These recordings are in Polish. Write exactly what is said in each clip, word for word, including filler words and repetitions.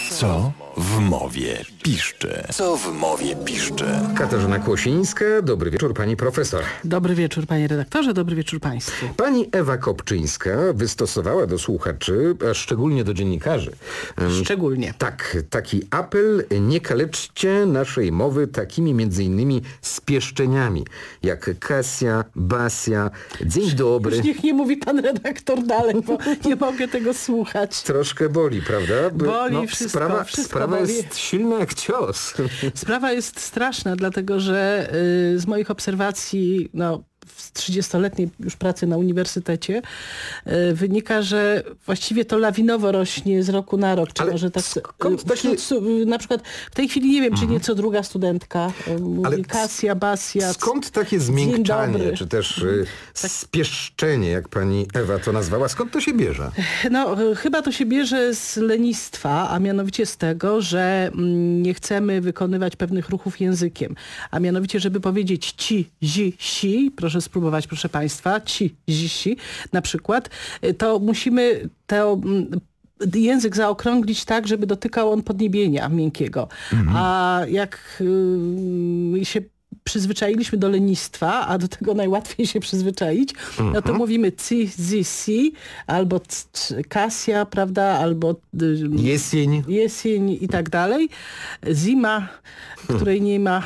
Co w mowie piszczy? Co w mowie piszczy? Katarzyna Kłosińska, dobry wieczór pani profesor. Dobry wieczór panie redaktorze, dobry wieczór państwu. Pani Ewa Kopczyńska wystosowała do słuchaczy, a szczególnie do dziennikarzy. Szczególnie. Tak, taki apel: nie kaleczcie naszej mowy takimi między innymi spieszczeniami, jak Kasia, Basia, dzień dobry. Już niech nie mówi pan redaktor dalej, bo nie mogę tego słuchać. Troszkę boli, prawda? Boli no, wszystko, sprawa, wszystko sprawa boli. jest silna jak cios. Sprawa jest straszna, dlatego że y, z moich obserwacji, no w trzydziestoletniej już pracy na uniwersytecie y, wynika, że właściwie to lawinowo rośnie z roku na rok. Czy Ale może tak, skąd y, takie... wśród, y, na przykład w tej chwili nie wiem, czy nie co druga studentka y, mówi Ale Kasia, Basia. Skąd takie Dzień zmiękczanie, dobry. czy też y, spieszczenie, jak pani Ewa to nazwała? Skąd to się bierze? No, y, chyba to się bierze z lenistwa, a mianowicie z tego, że mm, nie chcemy wykonywać pewnych ruchów językiem. A mianowicie, żeby powiedzieć ci, zi, si, proszę spróbować, proszę państwa, ci, zi, si, na przykład, y, to musimy to... Mm, język zaokrąglić tak, żeby dotykał on podniebienia miękkiego. Mhm. A jak y, się przyzwyczailiśmy do lenistwa, a do tego najłatwiej się przyzwyczaić, uh-huh. no to mówimy ci, zi, si, albo c, c, Kasia, prawda, albo y, jesień. jesień i tak dalej. Zima, której nie ma.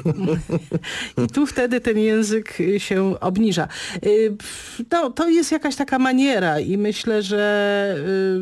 I tu wtedy ten język się obniża. Y, no, to jest jakaś taka maniera i myślę, że y,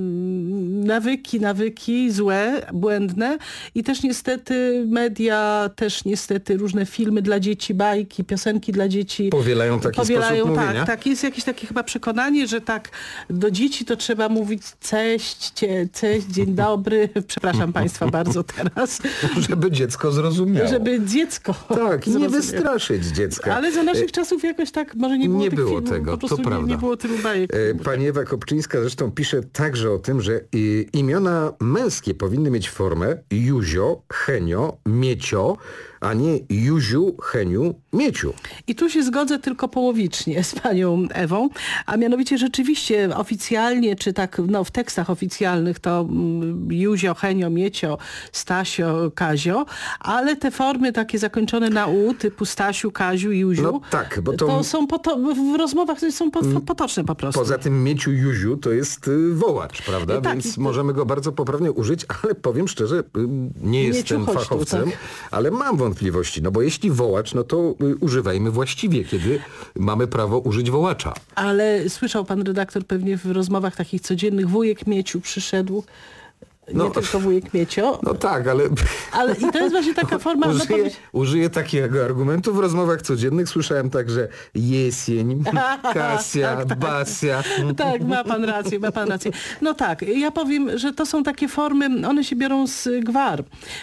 nawyki, nawyki złe, błędne i też niestety media, też niestety różne filmy dla dzieci, bajki, piosenki dla dzieci. Powielają taki powielają, sposób tak, mówienia? Tak, jest jakieś takie chyba przekonanie, że tak do dzieci to trzeba mówić cześć, cześć, dzień dobry. Przepraszam państwa bardzo teraz. Żeby dziecko zrozumiało. Żeby dziecko Tak, i nie wystraszyć dziecka. Ale za naszych czasów jakoś tak może nie było Nie tych było filmów, tego, po prostu to nie, prawda. nie było tylu bajek. Pani Ewa Kopczyńska zresztą pisze także o tym, że y, imiona męskie powinny mieć formę Józio, Henio, Miecio, a nie Józiu, Heniu, Mieciu. I tu się zgodzę tylko połowicznie z panią Ewą, a mianowicie rzeczywiście oficjalnie, czy tak no, w tekstach oficjalnych to mm, Józio, Henio, Miecio, Stasio, Kazio, ale te formy takie zakończone na u, typu Stasiu, Kaziu, Józiu, no tak, bo to, to są poto- w rozmowach są po, potoczne po prostu. Poza tym Mieciu, Józiu to jest y, wołacz, prawda? Tak, Więc to... możemy go bardzo poprawnie użyć, ale powiem szczerze, y, nie jestem Mieciu, fachowcem, tu, tak. ale mam wątpliwości, no bo jeśli wołacz, no to y, używajmy właściwie, kiedy mamy prawo użyć wołacza. Ale słyszał pan redaktor pewnie w rozmowach takich codziennych, wujek Mieciu przyszedł. Nie No, tylko wujek Miecio. No tak, ale... ale i to jest właśnie taka forma... Użyję, no powiedz... użyję takiego argumentu w rozmowach codziennych. Słyszałem także jesień, Kasia, tak, tak. Basia. Tak, ma pan rację, ma pan rację. No tak, ja powiem, że to są takie formy, one się biorą z gwar.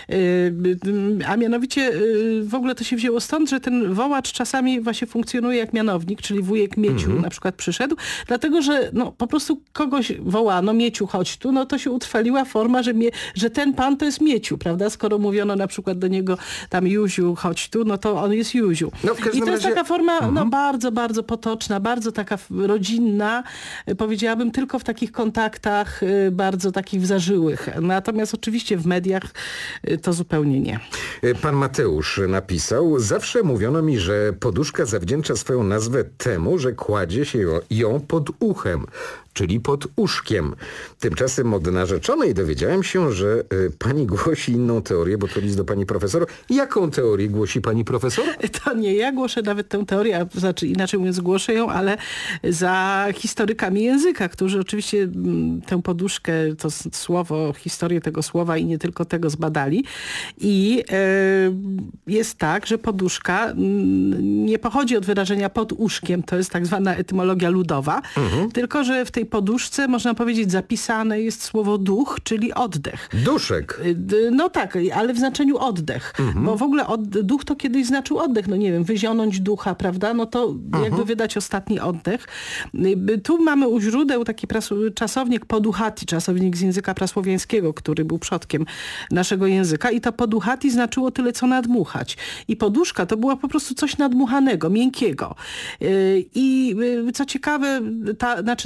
A mianowicie w ogóle to się wzięło stąd, że ten wołacz czasami właśnie funkcjonuje jak mianownik, czyli wujek Mieciu mm-hmm. na przykład przyszedł, dlatego, że no, po prostu kogoś wołano, Mieciu chodź tu, no to się utrwaliła forma, Że, mie, że ten pan to jest Mieciu, prawda? Skoro mówiono na przykład do niego tam Józiu, chodź tu, no to on jest Józiu. No, I to jest razie... taka forma mhm. no, bardzo, bardzo potoczna, bardzo taka rodzinna, powiedziałabym tylko w takich kontaktach bardzo takich zażyłych. Natomiast oczywiście w mediach to zupełnie nie. Pan Mateusz napisał: zawsze mówiono mi, że poduszka zawdzięcza swoją nazwę temu, że kładzie się ją pod uchem, czyli pod uszkiem. Tymczasem od narzeczonej dowiedziałem się, że y, pani głosi inną teorię, bo to list do pani profesor. Jaką teorię głosi pani profesor? To nie ja głoszę nawet tę teorię, a znaczy inaczej mówiąc głoszę ją, ale za historykami języka, którzy oczywiście m, tę poduszkę, to słowo, historię tego słowa i nie tylko tego zbadali. I y, jest tak, że poduszka m, nie pochodzi od wyrażenia pod uszkiem, to jest tak zwana etymologia ludowa, mhm. tylko że w tej poduszce, można powiedzieć, zapisane jest słowo duch, czyli oddech. Duszek. No tak, ale w znaczeniu oddech. Mhm. Bo w ogóle od, duch to kiedyś znaczył oddech. No nie wiem, wyzionąć ducha, prawda? No to mhm. jakby wydać ostatni oddech. Tu mamy u źródeł taki prasu, czasownik poduchati, czasownik z języka prasłowiańskiego, który był przodkiem naszego języka. I to poduchati znaczyło tyle, co nadmuchać. I poduszka to była po prostu coś nadmuchanego, miękkiego. I co ciekawe, ta, znaczy ta rodzina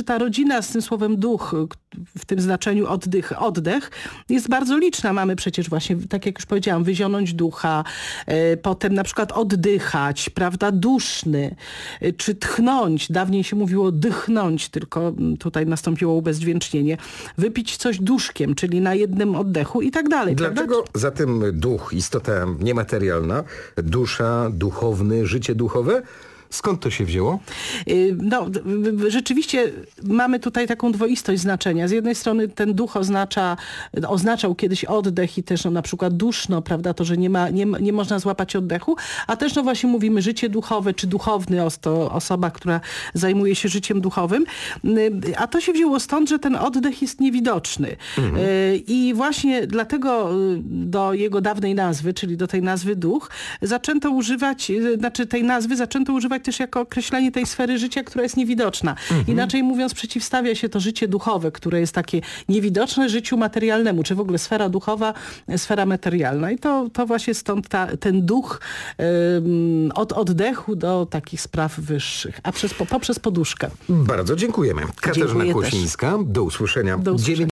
rodzina z tym słowem duch, w tym znaczeniu oddych, oddech, jest bardzo liczna. Mamy przecież właśnie, tak jak już powiedziałam, wyzionąć ducha, e, potem na przykład oddychać, prawda, duszny, e, czy tchnąć. Dawniej się mówiło dychnąć, tylko tutaj nastąpiło ubezdźwięcznienie. Wypić coś duszkiem, czyli na jednym oddechu i tak dalej. Dlaczego prawda? zatem duch, istota niematerialna, dusza, duchowny, życie duchowe? Skąd to się wzięło? No, rzeczywiście mamy tutaj taką dwoistość znaczenia. Z jednej strony ten duch oznacza, oznaczał kiedyś oddech i też no, na przykład duszno, prawda, to, że nie, ma, nie, nie można złapać oddechu, a też no właśnie mówimy życie duchowe czy duchowny, to osoba, która zajmuje się życiem duchowym. A to się wzięło stąd, że ten oddech jest niewidoczny. Mhm. I właśnie dlatego do jego dawnej nazwy, czyli do tej nazwy duch, zaczęto używać, znaczy tej nazwy zaczęto używać też jako określenie tej sfery życia, która jest niewidoczna. Mhm. Inaczej mówiąc, przeciwstawia się to życie duchowe, które jest takie niewidoczne życiu materialnemu, czy w ogóle sfera duchowa, sfera materialna. I to, to właśnie stąd ta, ten duch um, od oddechu do takich spraw wyższych, a przez, poprzez poduszkę. Bardzo dziękujemy. Katarzyna Dziękuję Kłosińska. też. Do usłyszenia. Do usłyszenia.